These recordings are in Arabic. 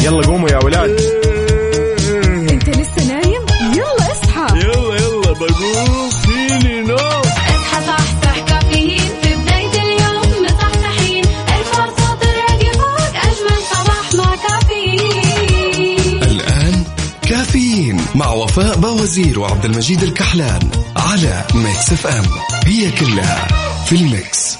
يلا قوموا يا ولاد. انت لسه نايم؟ يلا اصحى. يلا بقوم فيني نوم. اصحى صحصح كافيين في بداية اليوم مصحصحين. الفرصة تراك فوق أجمل صباح مع كافيين. الآن كافيين مع وفاء باوزير وعبد المجيد الكحلان على ميكس اف ام. هي كلها في الميكس.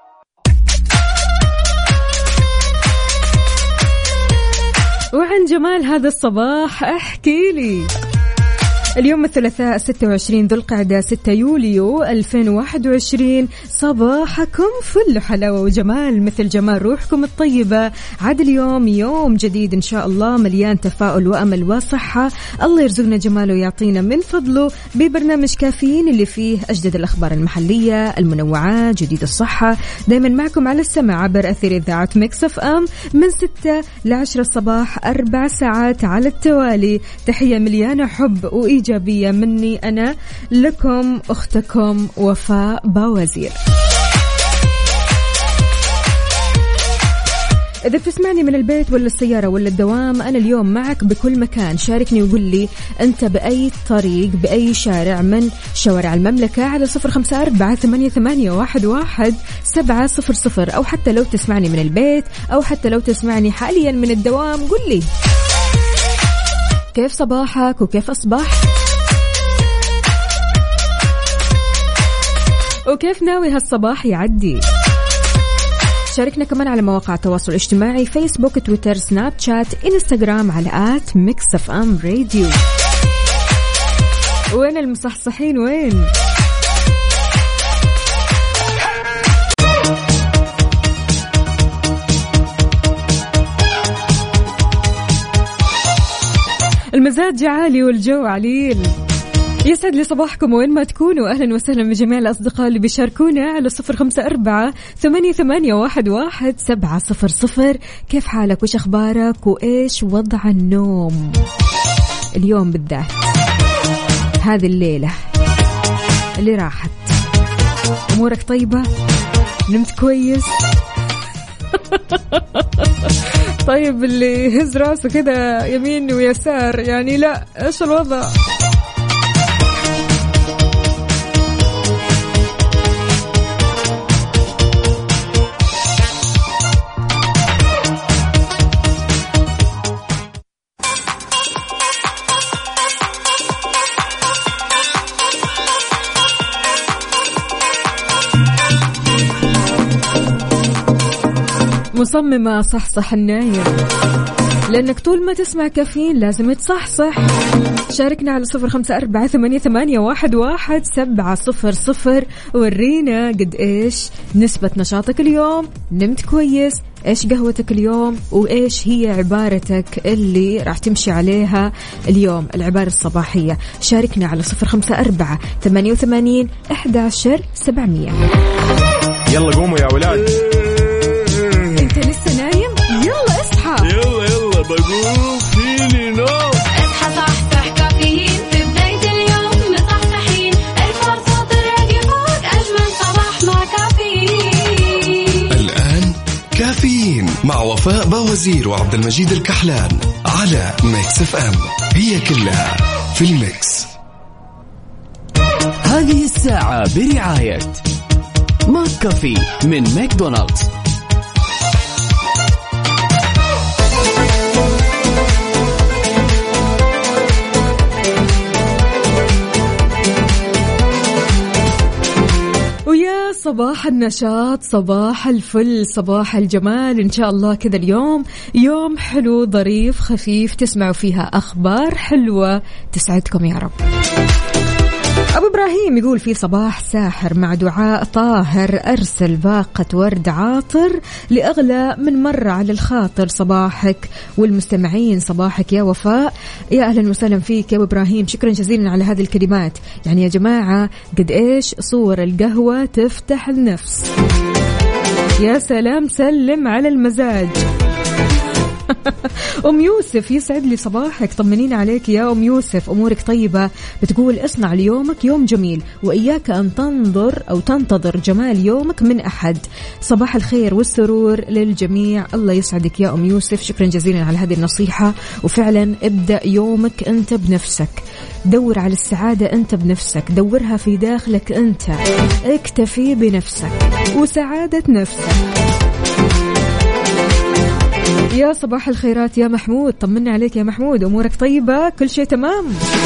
وعن جمال هذا الصباح احكي لي. اليوم الثلاثاء 26 ذو القعدة 6 يوليو 2021. صباحكم فل حلاوة وجمال مثل جمال روحكم الطيبة. عاد اليوم يوم جديد إن شاء الله مليان تفاؤل وأمل وصحة. الله يرزقنا جماله ويعطينا من فضله ببرنامج كافيين اللي فيه أجدد الأخبار المحلية المنوعات جديد الصحة. دايما معكم على السمع عبر أثير إذاعة ميكس اف ام من 6 ل 10 الصباح 4 ساعات على التوالي. تحية مليانة حب وإيجابية مني أنا لكم أختكم وفاء باوزير. إذا بتسمعني من البيت ولا السيارة ولا الدوام أنا اليوم معك بكل مكان. شاركني وقول لي أنت بأي طريق بأي شارع من شوارع المملكة على 0548811700 أو حتى لو تسمعني من البيت أو حتى لو تسمعني حاليا من الدوام قول لي كيف صباحك وكيف أصبح وكيف ناوي هالصباح يعدي. شاركنا كمان على مواقع التواصل الاجتماعي فيسبوك تويتر سناب شات إنستغرام على @mixfmradio. وين المصحصحين وين؟ المزاج عالي والجو عليل. يسعد لي صباحكم وين ما تكونوا. أهلا وسهلا بجميع الأصدقاء اللي بيشاركونا على 0548811700. كيف حالك وش أخبارك وإيش وضع النوم اليوم بالذات هذه الليلة اللي راحت؟ أمورك طيبة؟ نمت كويس؟ طيب اللي يهز راسه كده يمين ويسار يعني لا إيش الوضع؟ مصممة صحصح النايم لأنك طول ما تسمع كافيين لازم تصحصح. شاركنا على 0548811700. ورينا قد إيش نسبة نشاطك اليوم. نمت كويس؟ إيش قهوتك اليوم؟ وإيش هي عبارتك اللي راح تمشي عليها اليوم العبارة الصباحية؟ شاركنا على 0548811700. يلا قوموا يا ولاد. يلا بقوم فيني نوم. اصحى صحصح كافيين في بداية اليوم مصحصحين. الفرصة تراك فوق أجمل صباح مع كافيين. الآن كافيين مع وفاء باوزير وعبد المجيد الكحلان على ميكس اف ام. هي كلها في الميكس. هذه الساعة برعاية ماك كافي من ماكدونالدز. ويا صباح النشاط صباح الفل صباح الجمال. إن شاء الله كذا اليوم يوم حلو ظريف خفيف تسمعوا فيها أخبار حلوة تسعدكم يا رب. أبو إبراهيم يقول في صباح ساحر مع دعاء طاهر أرسل باقة ورد عاطر لأغلى من مرة على الخاطر. صباحك والمستمعين صباحك يا وفاء. يا أهلا وسهلا فيك يا أبو إبراهيم. شكرا جزيلا على هذه الكلمات. يعني يا جماعة قد إيش صور القهوة تفتح النفس. يا سلام سلم على المزاج. أم يوسف يسعد لي صباحك، طمنين عليك يا أم يوسف، أمورك طيبة؟ بتقول اصنع ليومك يوم جميل وإياك أن تنتظر جمال يومك من أحد. صباح الخير والسرور للجميع. الله يسعدك يا أم يوسف، شكرا جزيلا على هذه النصيحة. وفعلا ابدأ يومك أنت بنفسك، دور على السعادة أنت بنفسك، دورها في داخلك أنت، اكتفي بنفسك وسعادة نفسك. يا صباح الخيرات يا محمود، طمني عليك يا محمود، أمورك طيبة؟ كل شيء تمام؟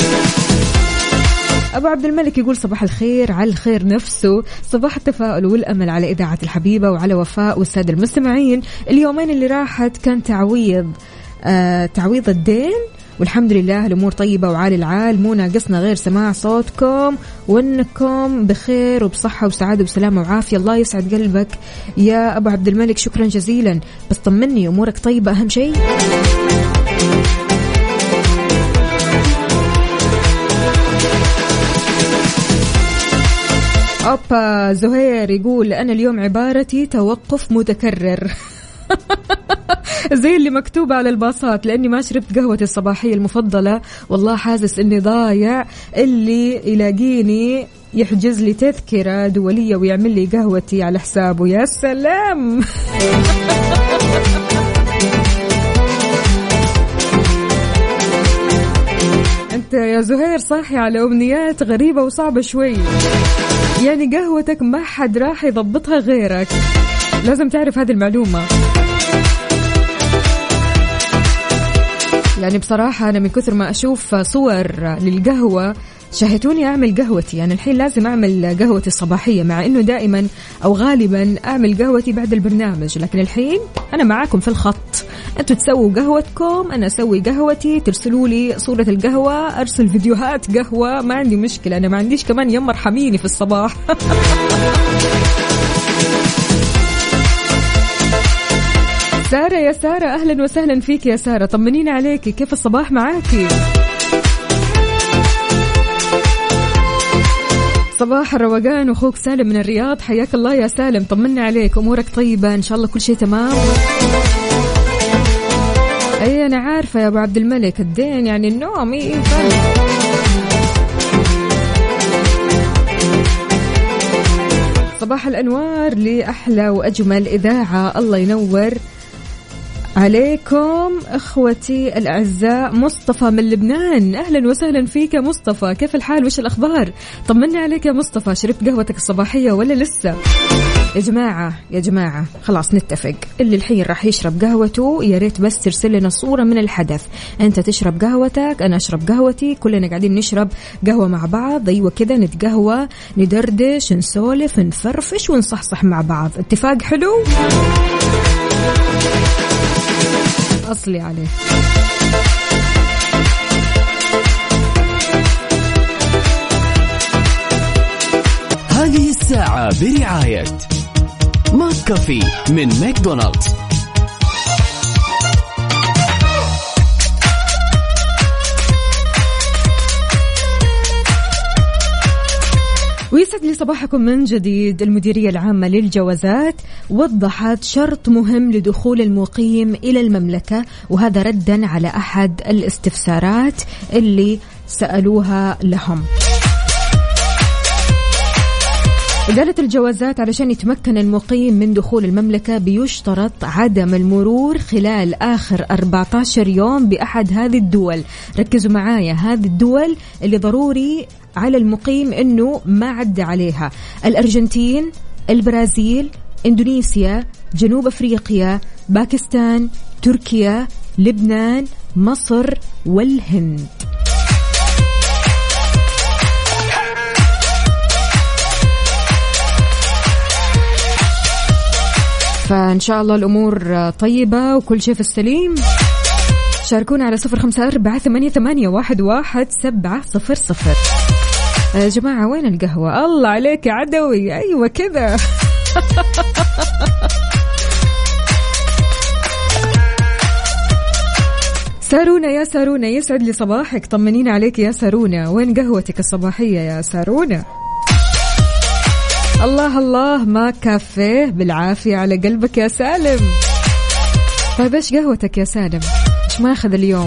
أبو عبد الملك يقول صباح الخير على الخير نفسه، صباح التفاؤل والأمل على إذاعة الحبيبة وعلى وفاء والسادة المستمعين. اليومين اللي راحت كان تعويض الدين، والحمد لله الأمور طيبة وعالي العال، مو ناقصنا غير سماع صوتكم وأنكم بخير وبصحة وسعادة وسلامة وعافية. الله يسعد قلبك يا أبو عبد الملك، شكرا جزيلا. بس طمني أمورك طيبة أهم شيء. أوبا زهير يقول أنا اليوم عبارتي توقف متكرر زي اللي مكتوب على الباصات، لأني ما شربت قهوتي الصباحية المفضلة، والله حاسس إني ضايع. اللي يلاقيني يحجز لي تذكرة دولية ويعمل لي قهوتي على حسابه. يا سلام أنت يا زهير صاحي على أمنيات غريبة وصعبة شوي، يعني قهوتك ما حد راح يضبطها غيرك، لازم تعرف هذه المعلومة. يعني بصراحة أنا من كثر ما أشوف صور للقهوة شهيتوني أعمل قهوتي، يعني الحين لازم أعمل قهوتي الصباحية، مع أنه دائما أو غالبا أعمل قهوتي بعد البرنامج، لكن الحين أنا معاكم في الخط، أنتوا تسووا قهوتكم أنا أسوي قهوتي، ترسلوا لي صورة القهوة، أرسل فيديوهات قهوة، ما عندي مشكلة، أنا ما عنديش كمان يمر حميني في الصباح سارة يا سارة أهلا وسهلا فيك يا سارة، طمنين عليكي، كيف الصباح معاكي؟ صباح الروقان، وأخوك سالم من الرياض، حياك الله يا سالم، طمنا عليك، أمورك طيبة إن شاء الله كل شيء تمام؟ أي أنا عارفة يا أبو عبد الملك، الدين يعني النوم. صباح الأنوار لأحلى وأجمل إذاعة، الله ينور عليكم أخوتي الأعزاء. مصطفى من لبنان، أهلا وسهلا فيك يا مصطفى، كيف الحال وش الأخبار؟ طمني عليك يا مصطفى، شربت قهوتك الصباحية ولا لسه؟ يا جماعة خلاص نتفق، اللي الحين راح يشرب قهوته يا ريت بس ترسل لنا صورة من الحدث، أنت تشرب قهوتك أنا أشرب قهوتي، كلنا قاعدين نشرب قهوة مع بعض، أيوة كذا نتقهوى ندردش نسولف نفرفش ونصحصح مع بعض، اتفاق حلو؟ أصلي عليه. هذه الساعة برعاية ماك كافي من ماكدونالدز. ويسعد لي صباحكم من جديد. المديرية العامة للجوازات وضحت شرط مهم لدخول المقيم إلى المملكة، وهذا ردا على أحد الاستفسارات اللي سألوها لهم. قالت الجوازات علشان يتمكن المقيم من دخول المملكة بيشترط عدم المرور خلال آخر 14 يوم بأحد هذه الدول. ركزوا معايا، هذه الدول اللي ضروري على المقيم أنه ما عدى عليها: الأرجنتين، البرازيل، إندونيسيا، جنوب أفريقيا، باكستان، تركيا، لبنان، مصر والهند. فإن شاء الله الأمور طيبة وكل شيء في السليم. شاركونا على 0548811700. يا جماعة وين القهوة؟ الله عليك يا عدوي، أيوة كذا سارونا يا سارونا، يسعد لي صباحك، طمنين عليك يا سارونا، وين قهوتك الصباحية يا سارونا؟ الله الله، ما كافيه بالعافية على قلبك يا سالم. طيب إيش قهوتك يا سالم؟ إيش ماخذ اليوم؟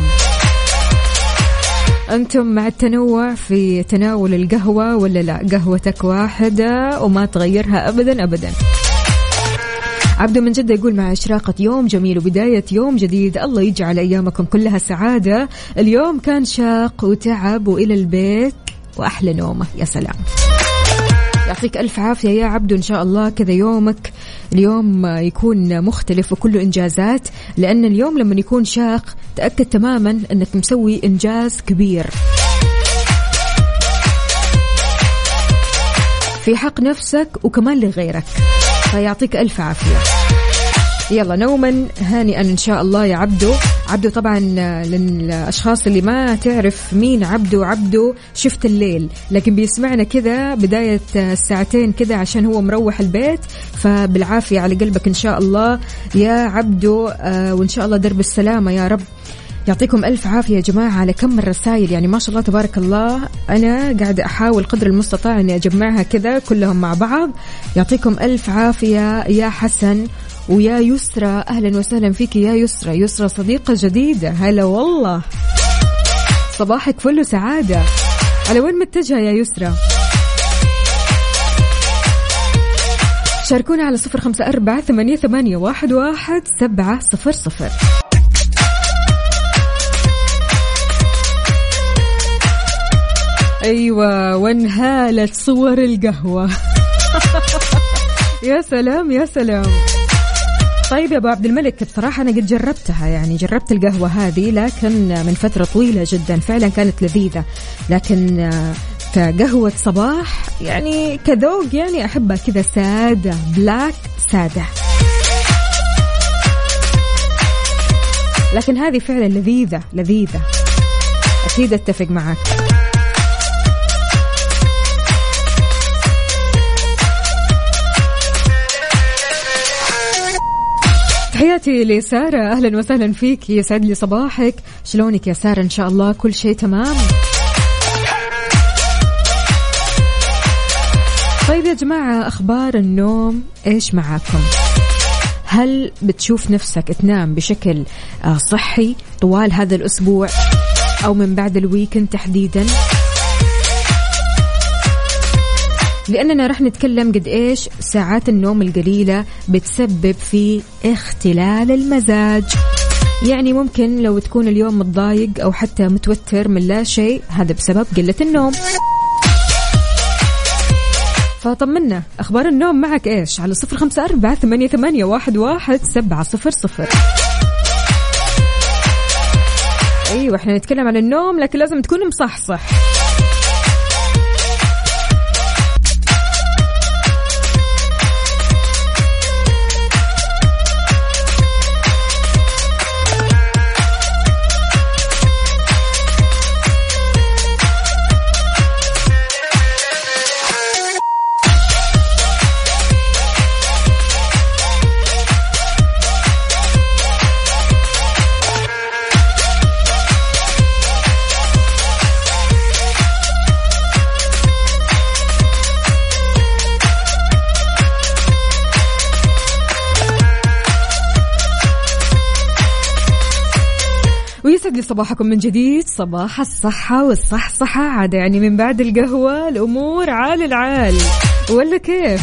أنتم مع التنوع في تناول القهوة ولا لا؟ قهوتك واحدة وما تغيرها أبدا أبدا. عبدو من جدة يقول مع إشراقة يوم جميل وبداية يوم جديد، الله يجعل أيامكم كلها سعادة. اليوم كان شاق وتعب وإلى البيت وأحلى نومة. يا سلام، يعطيك ألف عافية يا عبدو. إن شاء الله كذا يومك اليوم يكون مختلف وكله إنجازات، لأن اليوم لما يكون شاق تأكد تماما أنك مسوي إنجاز كبير في حق نفسك وكمان لغيرك، فيعطيك ألف عافية. يلا نوما هانئا إن شاء الله يا عبدو. عبدو طبعا للأشخاص اللي ما تعرف مين عبدو شفت الليل، لكن بيسمعنا كذا بداية الساعتين كذا عشان هو مروح البيت، فبالعافية على قلبك إن شاء الله يا عبدو، وإن شاء الله درب السلامة يا رب. يعطيكم ألف عافية يا جماعة على كم الرسائل، يعني ما شاء الله تبارك الله. أنا قاعدة أحاول قدر المستطاع أني أجمعها كذا كلهم مع بعض. يعطيكم ألف عافية يا حسن ويا يسرى، أهلا وسهلا فيك يا يسرى. يسرى صديقة جديدة، هلا والله، صباحك فل سعادة. على وين متجهة يا يسرى؟ شاركونا على 0548811700. أيوة، وانهالت صور القهوة. يا سلام يا سلام. طيب يا أبو عبد الملك، بصراحة أنا قد جربتها، يعني جربت القهوة هذه لكن من فترة طويلة جدا، فعلا كانت لذيذة، لكن كقهوة صباح يعني كذوق يعني أحبها كذا سادة، بلاك سادة، لكن هذه فعلا لذيذة لذيذة، أكيد أتفق معك. تحياتي لسارة، أهلا وسهلا فيك، يسعد لي صباحك. شلونك يا سارة؟ إن شاء الله كل شيء تمام. طيب يا جماعة، أخبار النوم إيش معاكم؟ هل بتشوف نفسك تنام بشكل صحي طوال هذا الأسبوع أو من بعد الويكند تحديدا؟ لأننا رح نتكلم قد إيش ساعات النوم القليلة بتسبب في اختلال المزاج. يعني ممكن لو تكون اليوم متضايق أو حتى متوتر من لا شيء، هذا بسبب قلة النوم. فطمنا، أخبار النوم معك إيش؟ على 0548811700. أيوة، إحنا نتكلم عن النوم لكن لازم تكون مصحصح. ويسعد لي صباحكم من جديد، صباح الصحة والصحصحة عادة، يعني من بعد القهوة الأمور عال العال، ولا كيف؟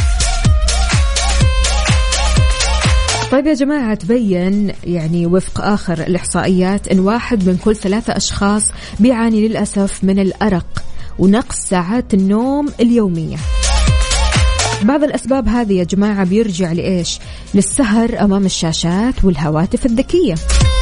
طيب يا جماعة، تبين يعني وفق آخر الإحصائيات أن 1 من كل 3 أشخاص بيعاني للأسف من الأرق ونقص ساعات النوم اليومية. بعض الأسباب هذه يا جماعة بيرجع لإيش؟ للسهر أمام الشاشات والهواتف الذكية.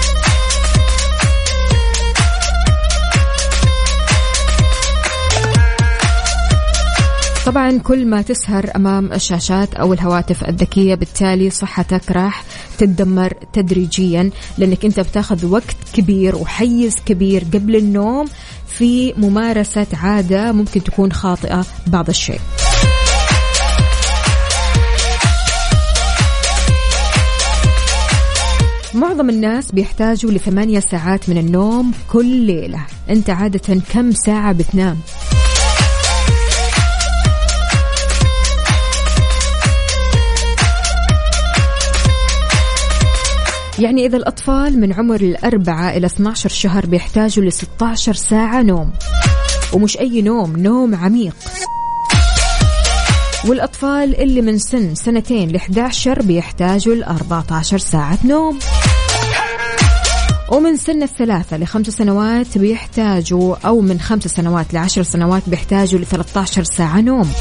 طبعا كل ما تسهر أمام الشاشات أو الهواتف الذكية بالتالي صحتك راح تتدمر تدريجيا، لأنك أنت بتاخذ وقت كبير وحيز كبير قبل النوم في ممارسة عادة ممكن تكون خاطئة بعض الشيء. معظم الناس بيحتاجوا ل8 ساعات من النوم كل ليلة. أنت عادة كم ساعة بتنام؟ يعني إذا الأطفال من عمر 4 إلى 12 شهر بيحتاجوا ل 16 ساعة نوم، ومش أي نوم، نوم عميق. والأطفال اللي من سن 2 ل 11 بيحتاجوا ل 14 ساعة نوم. ومن سن 3 ل 5 سنوات بيحتاجوا، أو من 5 سنوات ل 10 سنوات بيحتاجوا ل 13 ساعة نوم.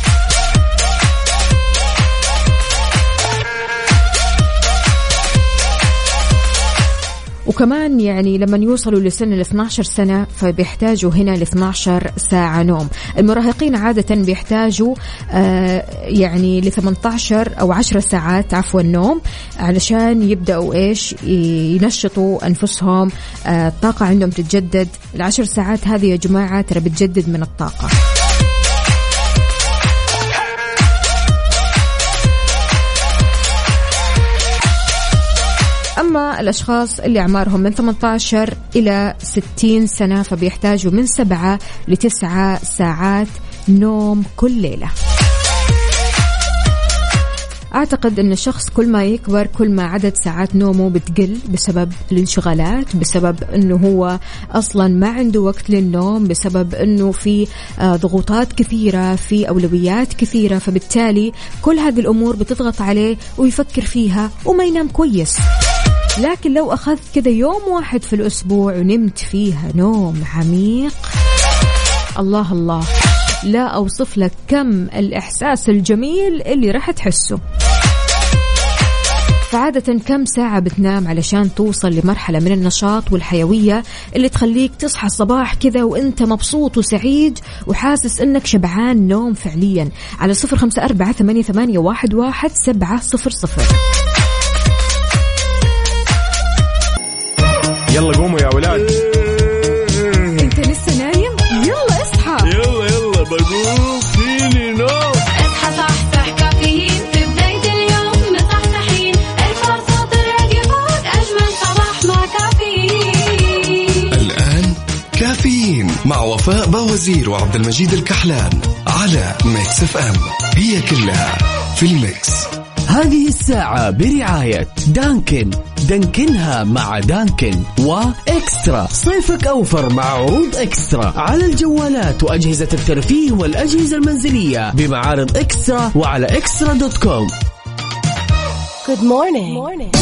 وكمان يعني لما يوصلوا لسن 12 سنة فبيحتاجوا هنا ل 12 ساعة نوم. المراهقين عادة بيحتاجوا يعني ل 18 أو 10 ساعات نوم علشان يبدأوا ينشطوا أنفسهم، الطاقة عندهم تتجدد. ال10 ساعات هذه يا جماعة ترى بتجدد من الطاقة. أما الأشخاص اللي أعمارهم من 18 إلى 60 سنة فبيحتاجوا من 7 ل 9 ساعات نوم كل ليلة. أعتقد أن الشخص كل ما يكبر كل ما عدد ساعات نومه بتقل بسبب الانشغالات، بسبب أنه هو أصلا ما عنده وقت للنوم، بسبب أنه في ضغوطات كثيرة، في أولويات كثيرة، فبالتالي كل هذه الأمور بتضغط عليه ويفكر فيها وما ينام كويس. لكن لو أخذت كذا يوم واحد في الأسبوع ونمت فيها نوم عميق، الله الله، لا أوصف لك كم الإحساس الجميل اللي راح تحسه. فعادة كم ساعة بتنام علشان توصل لمرحلة من النشاط والحيوية اللي تخليك تصحى الصباح كذا وانت مبسوط وسعيد وحاسس انك شبعان نوم فعليا؟ على 0548811700. يلا قوموا يا ولاد. انت لسه نايم؟ يلا اصحى. يلا بقوم فيني نوم. اصحى صحصح كافيين في بداية اليوم مصحصحين، الفرصة تراك فوق أجمل صباح مع كافيين. الآن كافيين مع وفاء باوزير وعبد المجيد الكحلان على ميكس اف ام، هي كلها في الميكس. هذه الساعة برعاية دانكن، دانكنها مع دانكن، وإكسترا، صيفك أوفر مع عروض إكسترا على الجوالات وأجهزة الترفيه والأجهزة المنزلية بمعارض إكسترا وعلى extra.com. Good morning.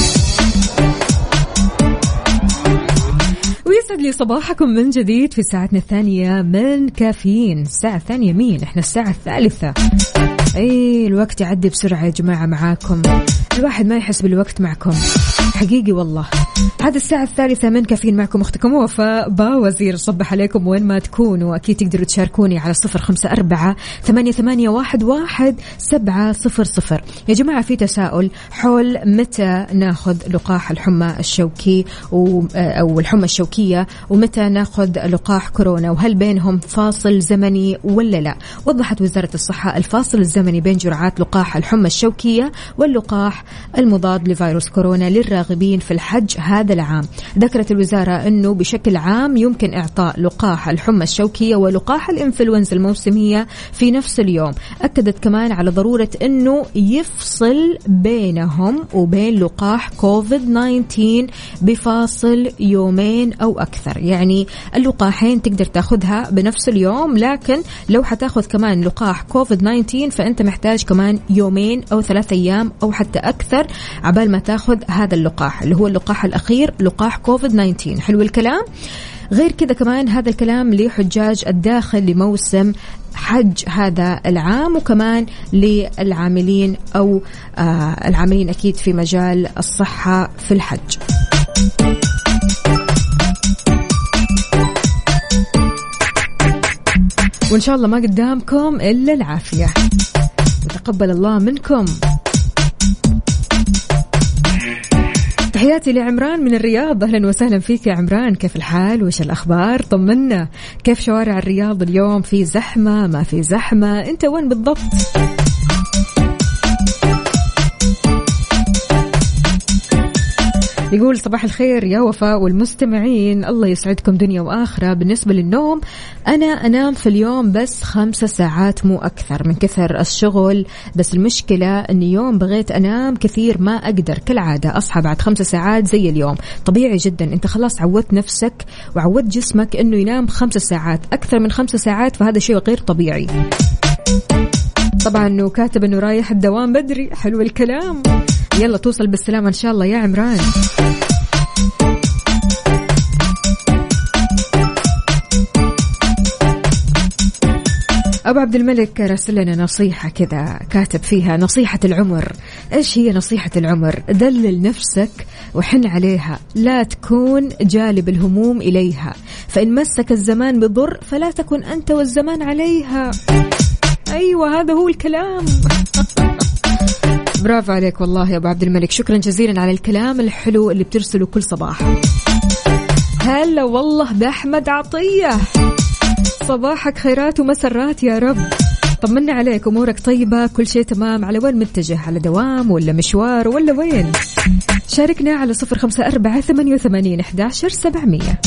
ويسعد لي صباحكم من جديد في ساعتنا الثانية من كافيين. الساعة الثانية مين؟ احنا الساعة الثالثة. ايه الوقت يعدي بسرعة يا جماعة معاكم، الواحد ما يحس بالوقت معكم حقيقي والله. هذا الساعة الثالثة من كافيين، معكم أختكم وفاء باوزير. صبح عليكم وين ما تكونوا، أكيد تقدروا تشاركوني على 0548811700. يا جماعة في تساؤل حول متى ناخذ لقاح الحمى الشوكي أو الحمى الشوكية، ومتى ناخذ لقاح كورونا، وهل بينهم فاصل زمني ولا لا؟ وضحت وزارة الصحة الفاصل الزمني بين جرعات لقاح الحمى الشوكية واللقاح المضاد لفيروس كورونا للراغبين في الحج هذا العام. ذكرت الوزارة أنه بشكل عام يمكن إعطاء لقاح الحمى الشوكية ولقاح الإنفلونزا الموسمية في نفس اليوم. أكدت كمان على ضرورة أنه يفصل بينهم وبين لقاح كوفيد-19 بفاصل يومين أو أكثر. يعني اللقاحين تقدر تأخذها بنفس اليوم، لكن لو حتاخذ كمان لقاح كوفيد-19 فأنت محتاج كمان يومين أو 3 أيام أو حتى أكثر عبال ما تاخذ هذا اللقاح اللي هو اللقاح الأخير، لقاح كوفيد-19. حلو الكلام. غير كذا كمان هذا الكلام لحجاج الداخل لموسم حج هذا العام، وكمان للعاملين أو العاملين أكيد في مجال الصحة في الحج. وإن شاء الله ما قدامكم إلا العافية، وتقبل الله منكم. تحياتي لعمران من الرياض، أهلا وسهلا فيك يا عمران، كيف الحال وش الأخبار؟ طمنا، كيف شوارع الرياض اليوم؟ في زحمة ما في زحمة؟ أنت وين بالضبط؟ يقول صباح الخير يا وفاء والمستمعين، الله يسعدكم دنيا وآخرة. بالنسبة للنوم أنا أنام في اليوم بس 5 ساعات مو أكثر من كثر الشغل، بس المشكلة أني يوم بغيت أنام كثير ما أقدر كالعادة أصحى بعد 5 ساعات زي اليوم. طبيعي جدا، أنت خلاص عودت نفسك وعودت جسمك أنه ينام 5 ساعات، أكثر من 5 ساعات فهذا شيء غير طبيعي. طبعا أنه كاتب أنه رايح الدوام بدري، حلو الكلام، يلا توصل بالسلامة إن شاء الله يا عمران. أبو عبد الملك راسل لنا نصيحة كذا، كاتب فيها نصيحة العمر. إيش هي نصيحة العمر؟ دلل نفسك وحن عليها، لا تكون جالب الهموم إليها، فإن مسك الزمان بضر فلا تكن أنت والزمان عليها. أيوة هذا هو الكلام. برافو عليك والله يا أبو عبد الملك، شكرا جزيلا على الكلام الحلو اللي بترسله كل صباح. هلا والله بأحمد عطية، صباحك خيرات ومسرات يا رب. طمنا عليك، أمورك طيبة، كل شيء تمام؟ على وين متجه؟ على دوام ولا مشوار ولا وين؟ شاركنا على 0548811700.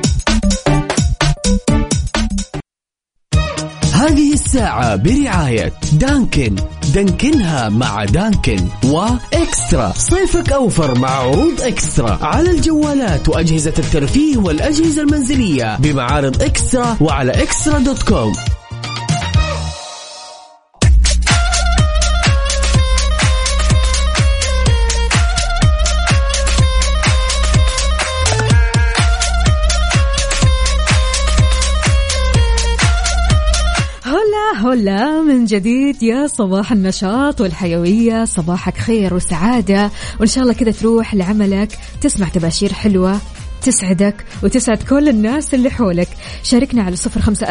هذه الساعة برعاية دانكن، دانكنها مع دانكن، وإكسترا، صيفك أوفر مع عروض إكسترا على الجوالات وأجهزة الترفيه والأجهزة المنزلية بمعارض إكسترا وعلى extra.com. هلا من جديد، يا صباح النشاط والحيوية، صباحك خير وسعادة، وإن شاء الله كذا تروح لعملك تسمع تباشير حلوة تسعدك وتسعد كل الناس اللي حولك. شاركنا على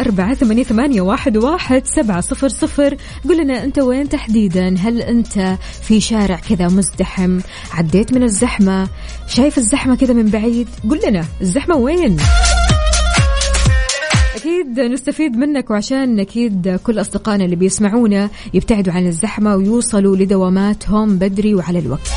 0548811700. قل لنا أنت وين تحديدا، هل أنت في شارع كذا مزدحم، عديت من الزحمة، شايف الزحمة كذا من بعيد؟ قل لنا الزحمة وين؟ أكيد نستفيد منك، وعشان أكيد كل أصدقائنا اللي بيسمعونا يبتعدوا عن الزحمة ويوصلوا لدواماتهم بدري وعلى الوقت.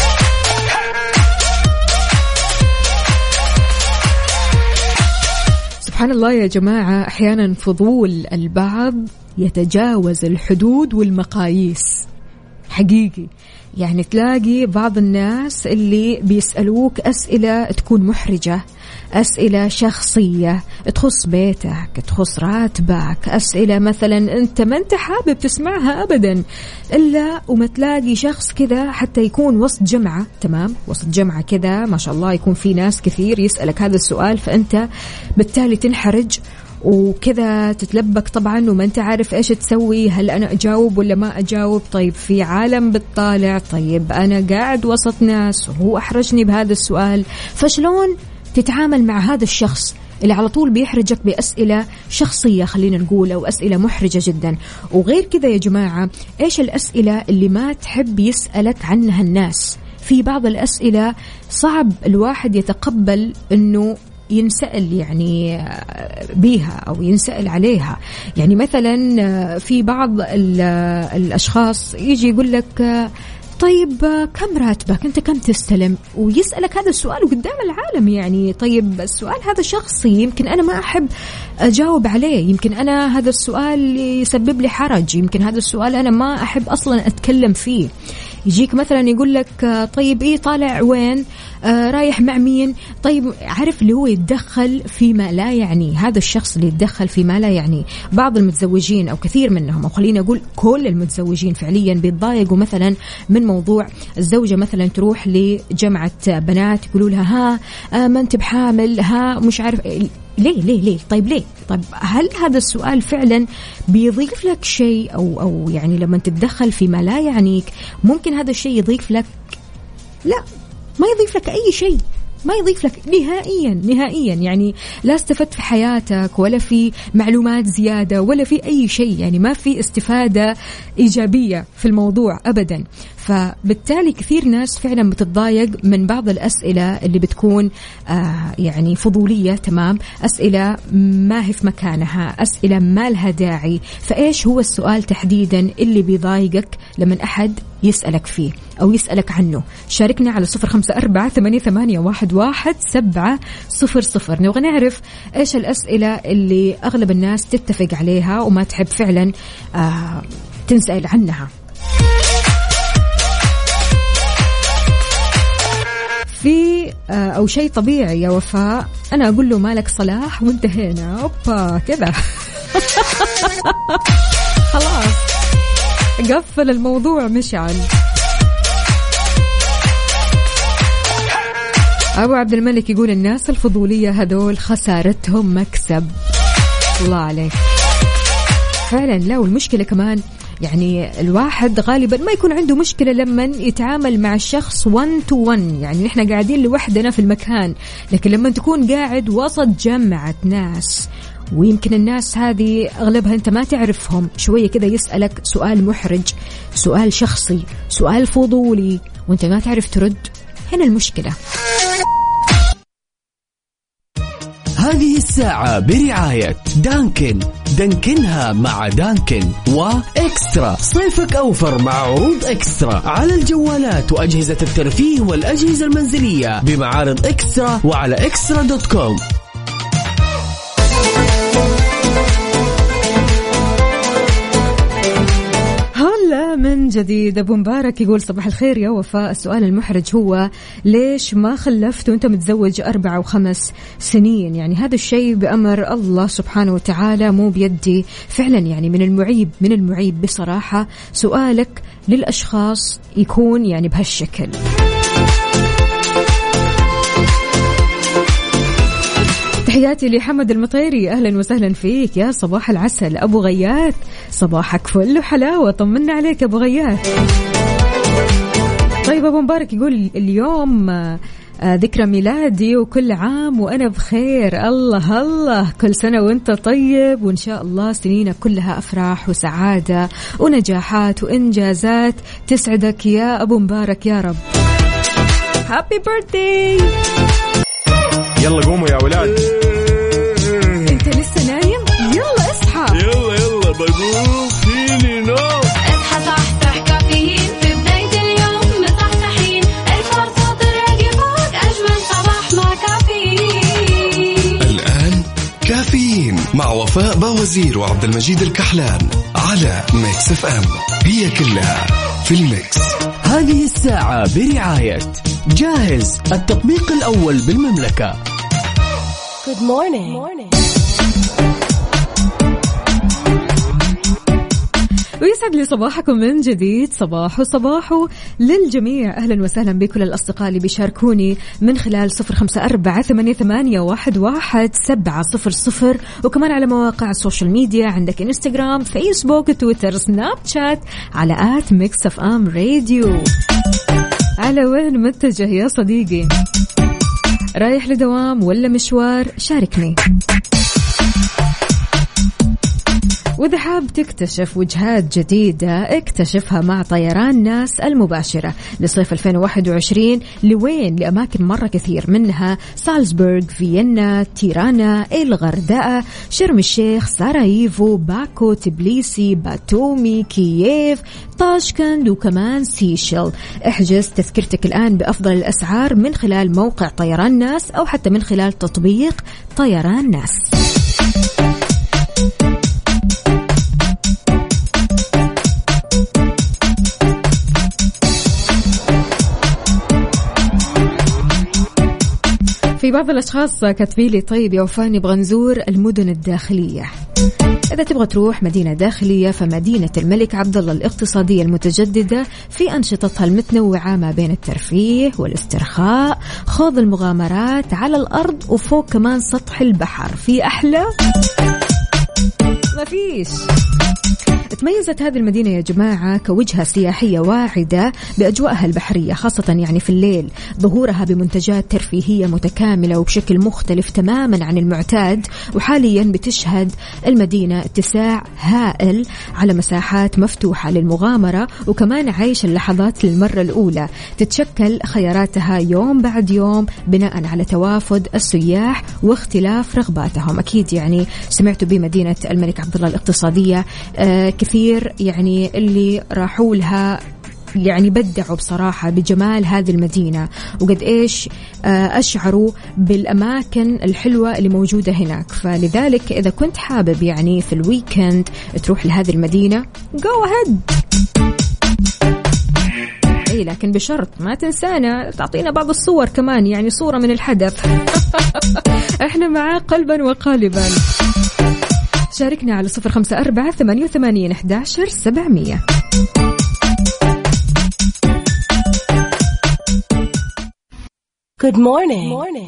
سبحان الله يا جماعة، أحيانا فضول البعض يتجاوز الحدود والمقاييس حقيقي. يعني تلاقي بعض الناس اللي بيسألوك أسئلة تكون محرجة، أسئلة شخصية تخص بيتك، تخص راتبك، أسئلة مثلا أنت ما أنت حابب تسمعها أبدا، إلا وما تلاقي شخص كذا حتى يكون وسط جمعة، تمام، وسط جمعة كذا ما شاء الله يكون في ناس كثير يسألك هذا السؤال، فأنت بالتالي تنحرج وكذا تتلبك طبعا، وما انت عارف ايش تسوي، هل انا اجاوب ولا ما اجاوب؟ طيب في عالم بتطالع، طيب انا قاعد وسط ناس وهو احرجني بهذا السؤال، فشلون تتعامل مع هذا الشخص اللي على طول بيحرجك بأسئلة شخصية خلينا نقول، أو أسئلة محرجة جدا؟ وغير كذا يا جماعة، إيش الأسئلة اللي ما تحب يسألك عنها الناس؟ في بعض الأسئلة صعب الواحد يتقبل أنه ينسأل يعني بيها أو ينسأل عليها. يعني مثلا في بعض الأشخاص يجي يقول لك طيب كم راتبك، أنت كم تستلم، ويسألك هذا السؤال قدام العالم. يعني طيب السؤال هذا شخصي، يمكن أنا ما أحب أجاوب عليه، يمكن أنا هذا السؤال يسبب لي حرج، يمكن هذا السؤال أنا ما أحب أصلا أتكلم فيه. يجيك مثلا يقول لك طيب إيه طالع وين، رايح مع مين؟ طيب عارف اللي هو يتدخل فيما لا يعني، هذا الشخص اللي يتدخل فيما لا يعني. بعض المتزوجين أو كثير منهم، أو خلينا أقول كل المتزوجين فعليا بيتضايقوا مثلا من موضوع الزوجة مثلا تروح لجمعة بنات يقولوا لها ها ما أنت بحامل، ها مش عارف ليه طيب ليه؟ طيب هل هذا السؤال فعلا بيضيف لك شيء أو يعني لما تتدخل فيما لا يعنيك ممكن هذا الشيء يضيف لك؟ لا، ما يضيف لك أي شيء، ما يضيف لك نهائيا. يعني لا استفدت في حياتك ولا في معلومات زيادة ولا في أي شيء، يعني ما في استفادة إيجابية في الموضوع أبدا. فبالتالي كثير ناس فعلا بتتضايق من بعض الأسئلة اللي بتكون يعني فضولية، تمام، أسئلة ما هي في مكانها، أسئلة ما لها داعي. فإيش هو السؤال تحديدا اللي بيضايقك لما أحد يسألك فيه أو يسألك عنه؟ شاركنا على 0548811700. نبغى نعرف إيش الأسئلة اللي أغلب الناس تتفق عليها وما تحب فعلا تنسأل عنها. في أو شيء طبيعي يا وفاء أنا أقول له مالك صلاح وانتهينا، أوبا كذا خلاص قفل الموضوع مشعل. أبو عبد الملك يقول الناس الفضولية هذول خسارتهم مكسب. الله عليك فعلا. لا، والمشكلة كمان يعني الواحد غالبا ما يكون عنده مشكلة لما يتعامل مع الشخص 1 to 1، يعني نحن قاعدين لوحدنا في المكان، لكن لما تكون قاعد وسط جمعة ناس ويمكن الناس هذه أغلبها أنت ما تعرفهم، شوية كذا يسألك سؤال محرج، سؤال شخصي، سؤال فضولي وأنت ما تعرف ترد، هنا المشكلة. هذه الساعة برعاية دانكن، دانكنها مع دانكن، وإكسترا صيفك أوفر مع عروض إكسترا على الجوالات وأجهزة الترفيه والأجهزة المنزلية بمعارض إكسترا وعلى extra.com. من جديد. أبو مبارك يقول صباح الخير يا وفاء، السؤال المحرج هو ليش ما خلفت وانت متزوج 4 و5 سنين؟ يعني هذا الشيء بأمر الله سبحانه وتعالى مو بيدي فعلا. يعني من المعيب بصراحة سؤالك للأشخاص يكون يعني بهالشكل. تحياتي لحمد المطيري، أهلا وسهلا فيك يا صباح العسل. أبو غياث صباحك فل وحلاوة، طمنا عليك أبو غياث. طيب أبو مبارك يقول اليوم ذكرى ميلادي وكل عام وأنا بخير. الله الله، كل سنة وأنت طيب، وإن شاء الله سنينك كلها أفراح وسعادة ونجاحات وإنجازات تسعدك يا أبو مبارك يا رب. هابي بيرثدي. يلا قوموا يا ولاد. انت لسه نايم؟ يلا اصحى. يلا بقوم فيني نوم. اصحى صحصح كافيين في بداية اليوم مصحصحين، الفرصة تراقي فوق أجمل صباح مع كافيين. الآن كافيين مع وفاء باوزير وعبد المجيد الكحلان على ميكس اف ام، هي كلها في الميكس. هذه الساعة برعاية جاهز، التطبيق الأول بالمملكة. Good morning. ويسعد لي صباحكم من جديد، صباحو للجميع. أهلا وسهلا بكل الأصدقاء اللي بيشاركوني من خلال 0548811700، وكمان على مواقع السوشيال ميديا، عندك انستغرام، فيسبوك، تويتر، سناب شات على @mixfmradio. على وين متجه يا صديقي؟ رايح لدوام ولا مشوار؟ شاركني. وإذا حاب تكتشف وجهات جديدة اكتشفها مع طيران ناس المباشرة لصيف 2021. لوين؟ لأماكن مرة كثير، منها سالزبورغ، فيينا، تيرانا، الغردقة، شرم الشيخ، ساراييفو، باكو، تبليسي، باتومي، كييف، طاشكند، وكمان سيشل. احجز تذكرتك الآن بأفضل الأسعار من خلال موقع طيران ناس أو حتى من خلال تطبيق طيران ناس. في بعض الأشخاص كاتبيلي طيب يا وفاني نبغى نزور المدن الداخلية. إذا تبغى تروح مدينة داخلية فمدينة الملك عبدالله الاقتصادية المتجددة في أنشطتها المتنوعة ما بين الترفيه والاسترخاء، خوض المغامرات على الأرض وفوق كمان سطح البحر. في أحلى؟ ما فيش. تميزت هذه المدينة يا جماعة كوجهة سياحية واعدة بأجواءها البحرية، خاصة يعني في الليل، ظهورها بمنتجات ترفيهية متكاملة وبشكل مختلف تماما عن المعتاد. وحاليا بتشهد المدينة اتساع هائل على مساحات مفتوحة للمغامرة، وكمان عيش اللحظات للمرة الأولى. تتشكل خياراتها يوم بعد يوم بناء على توافد السياح واختلاف رغباتهم. أكيد يعني سمعتوا بمدينة الملك عبدالله الاقتصادية، كثير يعني اللي راحوا لها يعني بدعوا بصراحة بجمال هذه المدينة وقد إيش أشعروا بالأماكن الحلوة اللي موجودة هناك. فلذلك إذا كنت حابب يعني في الويكند تروح لهذه المدينة go ahead. إيه لكن بشرط ما تنسانا تعطينا بعض الصور كمان، يعني صورة من الحدث. إحنا معاه قلبا وقالبا. شاركنا على 0548811700. Good morning. Good morning.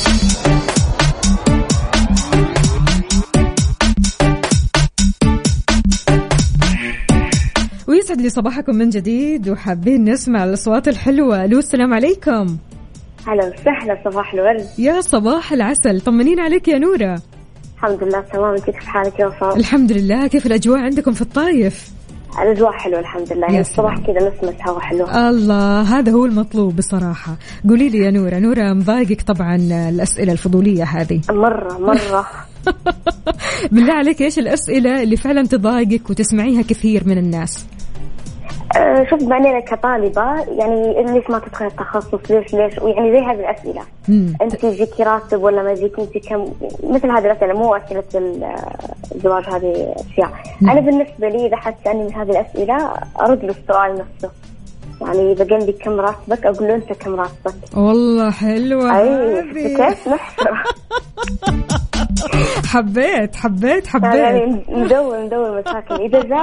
ويسعد لي صباحكم من جديد وحابين نسمع الأصوات الحلوة. ألو السلام عليكم. هلا وسهلا، صباح الورد. يا صباح العسل، طمنين عليك يا نورة. الحمد لله تمام، انت كيف حالك يا وفاء؟ الحمد لله. كيف الأجواء عندكم في الطايف؟ الأجواء حلوة الحمد لله، الصباح كذا نسمة هوا حلوة. الله، هذا هو المطلوب بصراحة. قولي لي يا نورة، نورة مضايقك طبعا الأسئلة الفضولية هذه؟ مرة بالله عليك إيش الأسئلة اللي فعلا تضايقك وتسمعيها كثير من الناس؟ شوف معني لك كطالبة، يعني ليش ما تدخل التخصص، ليش ويعني زي هذه الأسئلة. أنت يجيكي راتب ولا ما يجيك، أنت كم، مثل هذه الأسئلة، مو أسئلة الزواج، هذه أشياء. أنا بالنسبة لي إذا حد سألني من هذه الأسئلة أرد له السؤال نفسه، يعني إذا قال لي كم راتبك أقول له أنت كم راتبك. والله حلوة. أي كيف نحسر. حبيت يعني ندور مشاكل.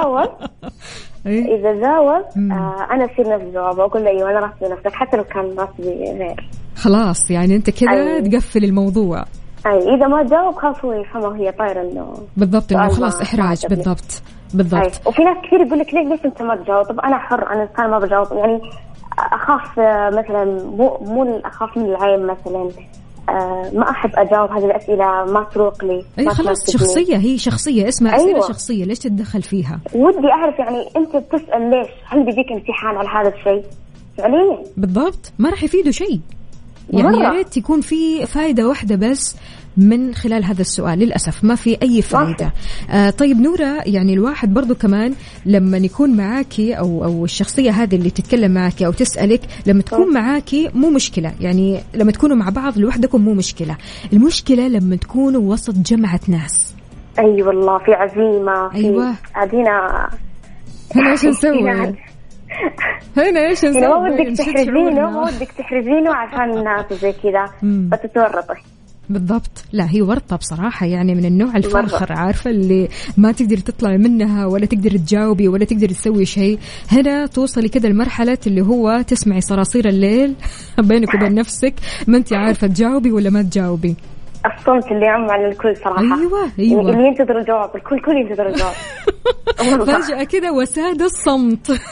إذا جاوب أنا أصير نفس جوابه، أقول له أيوة أنا راتبي نفسك حتى لو كان راتبي غير. خلاص يعني أنت كذا تقفل الموضوع. أي إذا ما جاوب خلاص هو يفهمه هي طايرة إنه بالضبط، إنه خلاص إحراج. بالضبط. وفي ناس كثير يقول لك ليش أنت ما تجاوب؟ طب أنا حر، أنا إنسان ما بجاوب، يعني أخاف مثلا مو أخاف من العين مثلا. ما أحب أجاوب هذه الأسئلة، ما تروق لي. أي خلاص شخصية، هي شخصية اسمها أسئلة شخصية، ليش تتدخل فيها؟ ودي أعرف يعني أنت بتسأل ليش؟ هل بيجيك امتحان على هذا الشيء فعليا؟ بالضبط، ما راح يفيده شيء. يعني يا ريت يكون في فائدة واحدة بس من خلال هذا السؤال. للأسف ما في أي فائدة. طيب نورة، يعني الواحد برضو كمان لما يكون معاكي أو الشخصية هذه اللي تتكلم معاكي أو تسألك، لما تكون معاكي مو مشكلة، يعني لما تكونوا مع بعض لوحدكم مو مشكلة. المشكلة لما تكونوا وسط جمعة ناس. أي والله في عزيمة. أيوة. هنا إيش نسوي؟ هنا إيش نسوي؟ ما ودك تحرجينه عشان الناس زي كذا فتتورطي. بالضبط. لا هي ورطة بصراحة، يعني من النوع الفاخر، عارفة اللي ما تقدر تطلع منها ولا تقدر تجاوبي ولا تقدر تسوي شيء. هنا توصلي كده لمرحلة اللي هو تسمعي صراصير الليل بينك وبين نفسك، ما انت عارفة تجاوبي ولا ما تجاوبي. الصمت اللي يعم على الكل صراحة. أيوة. اللي ينتظر الجواب، الكل ينتظر الجواب. فجأة كده وساد الصمت.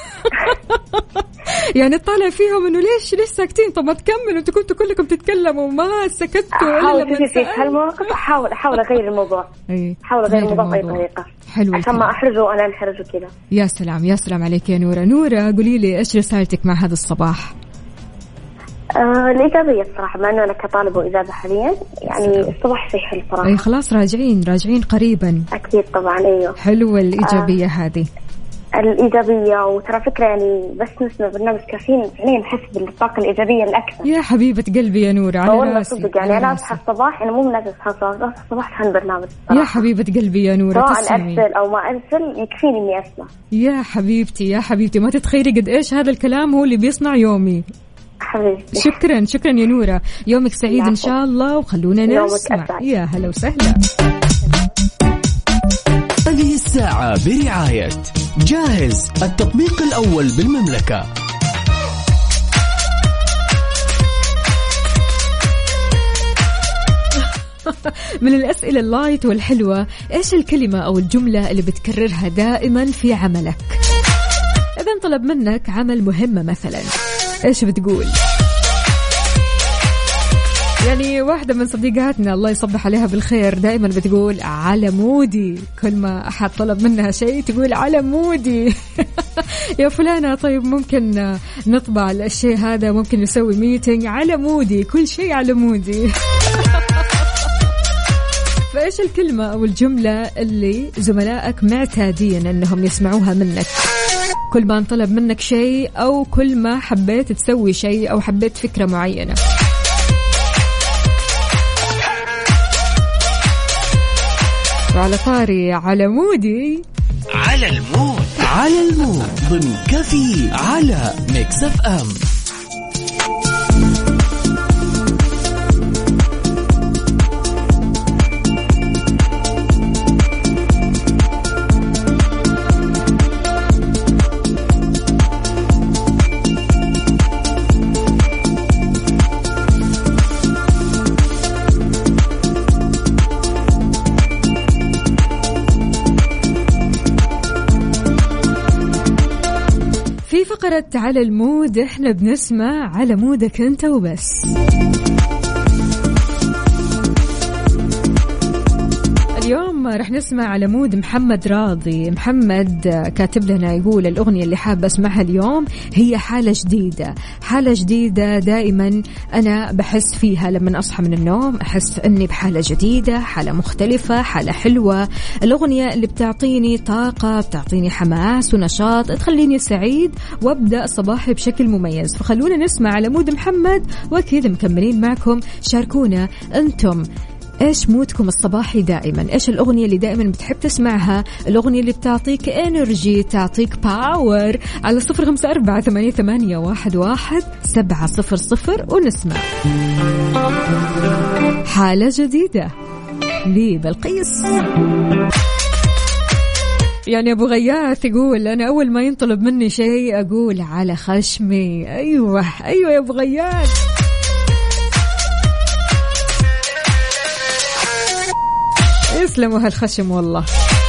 يعني طالع فيهم إنه ليش ساكتين؟ طب ما تكملوا، أنتوا كنتوا كلكم تتكلموا وما سكتوا إلا لما في هالموقف. أحاول أغير الموضوع. أحاول أغير الموضوع بأي طريقة. حلو عشان ما أحرجه وأنا أنحرجه كذا. يا سلام يا سلام عليك يا نورة. نورة قولي لي إيش رسالتك مع هذا الصباح؟ الإيجابية الصراحة، مع أنه أنا كطالب وإجابة حاليا، يعني الصباح شيء حلو صراحة. أي خلاص راجعين قريبا. أكيد طبعا. أيوه حلوة الإيجابية هذه. الإيجابية، وترى فكرة يعني بس نسمع برنامج كافيين فعليا نحس بالطاقة الإيجابية الأكثر. يا حبيبة قلبي يا نورة، على والله صدق يعني أنا أصحى الصباح، أنا مو من الناس أصحى الصباح عشان برنامج يا حبيبة قلبي يا نورة. سواء أرسل أو ما أرسل يكفيني إني أسمع. يا حبيبتي ما تتخيلي قد إيش هذا الكلام هو اللي بيصنع يومي. حبيبتي. شكرا يا نورة، يومك سعيد إن شاء الله، وخلونا نسمع. يا هلا وسهلا. هذه الساعة برعاية جاهز، التطبيق الأول بالمملكة. من الأسئلة اللايت والحلوة، إيش الكلمة أو الجملة اللي بتكررها دائما في عملك؟ إذا طلب منك عمل مهمة مثلا، إيش بتقول؟ يعني واحدة من صديقاتنا الله يصبح عليها بالخير دائما بتقول على مودي، كل ما أحد طلب منها شيء تقول على مودي. يا فلانة طيب ممكن نطبع الشيء هذا، ممكن نسوي ميتينج على مودي، كل شيء على مودي. فإيش الكلمة أو الجملة اللي زملائك معتادين أنهم يسمعوها منك كل ما طلب منك شيء، أو كل ما حبيت تسوي شيء أو حبيت فكرة معينة؟ وعلى طاري على مودي، على المود، على المود ضمن كافيين على ميكس اف ام. فقرة على المود احنا بنسمع على مودك انت وبس. اليوم رح نسمع على مود محمد راضي. محمد كاتب لنا يقول الأغنية اللي حابة اسمعها اليوم هي حالة جديدة. حالة جديدة دائما أنا بحس فيها لما أصحى من النوم، أحس أني بحالة جديدة، حالة مختلفة، حالة حلوة. الأغنية اللي بتعطيني طاقة، بتعطيني حماس ونشاط، تخليني سعيد وابدأ صباحي بشكل مميز. فخلونا نسمع على مود محمد وأكيد مكملين معكم. شاركونا أنتم إيش مودكم الصباحي دائما، إيش الأغنية اللي دائما بتحب تسمعها، الأغنية اللي بتعطيك إنرجي، تعطيك باور، على 0548811700 ونسمع حالة جديدة لبلقيس. يعني أبو غياث يقول أنا أول ما ينطلب مني شيء أقول على خشمي. أيوة يا أبو غياث. يسلموا هالخشم والله.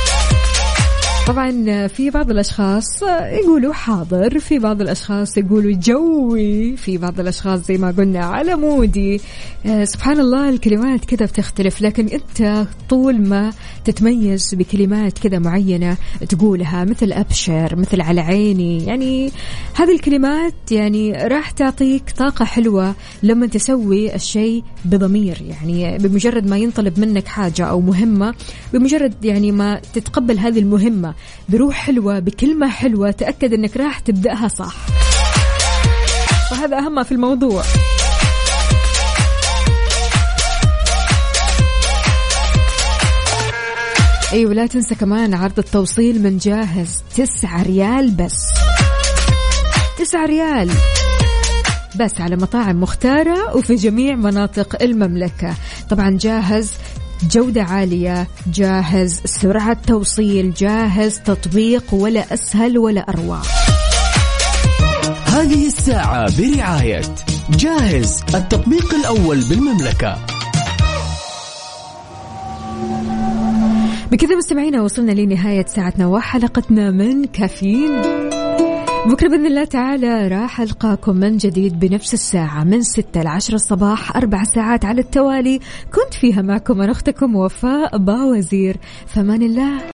طبعا في بعض الأشخاص يقولوا حاضر، في بعض الأشخاص يقولوا جوي، في بعض الأشخاص زي ما قلنا على مودي. سبحان الله الكلمات كذا بتختلف، لكن أنت طول ما تتميز بكلمات كذا معينة تقولها، مثل أبشر، مثل على عيني، يعني هذه الكلمات يعني راح تعطيك طاقة حلوة لما تسوي الشيء بضمير. يعني بمجرد ما ينطلب منك حاجة أو مهمة، بمجرد يعني ما تتقبل هذه المهمة بروح حلوة، بكلمة حلوة، تأكد أنك راح تبدأها صح. فهذا أهم في الموضوع. أيوة لا تنسى كمان عرض التوصيل من جاهز، 9 ريال بس، 9 ريال بس على مطاعم مختارة وفي جميع مناطق المملكة. طبعا جاهز جودة عالية، جاهز سرعة توصيل، جاهز تطبيق، ولا أسهل ولا أروع. هذه الساعة برعاية جاهز، التطبيق الأول بالمملكة. بكذا مستمعينا وصلنا لنهاية ساعتنا وحلقتنا من كافيين. بكرة بإذن الله تعالى راح ألقاكم من جديد بنفس الساعة من 6 ل 10 الصباح، 4 ساعات على التوالي كنت فيها معكم أنا أختكم وفاء باوزير. فمان الله.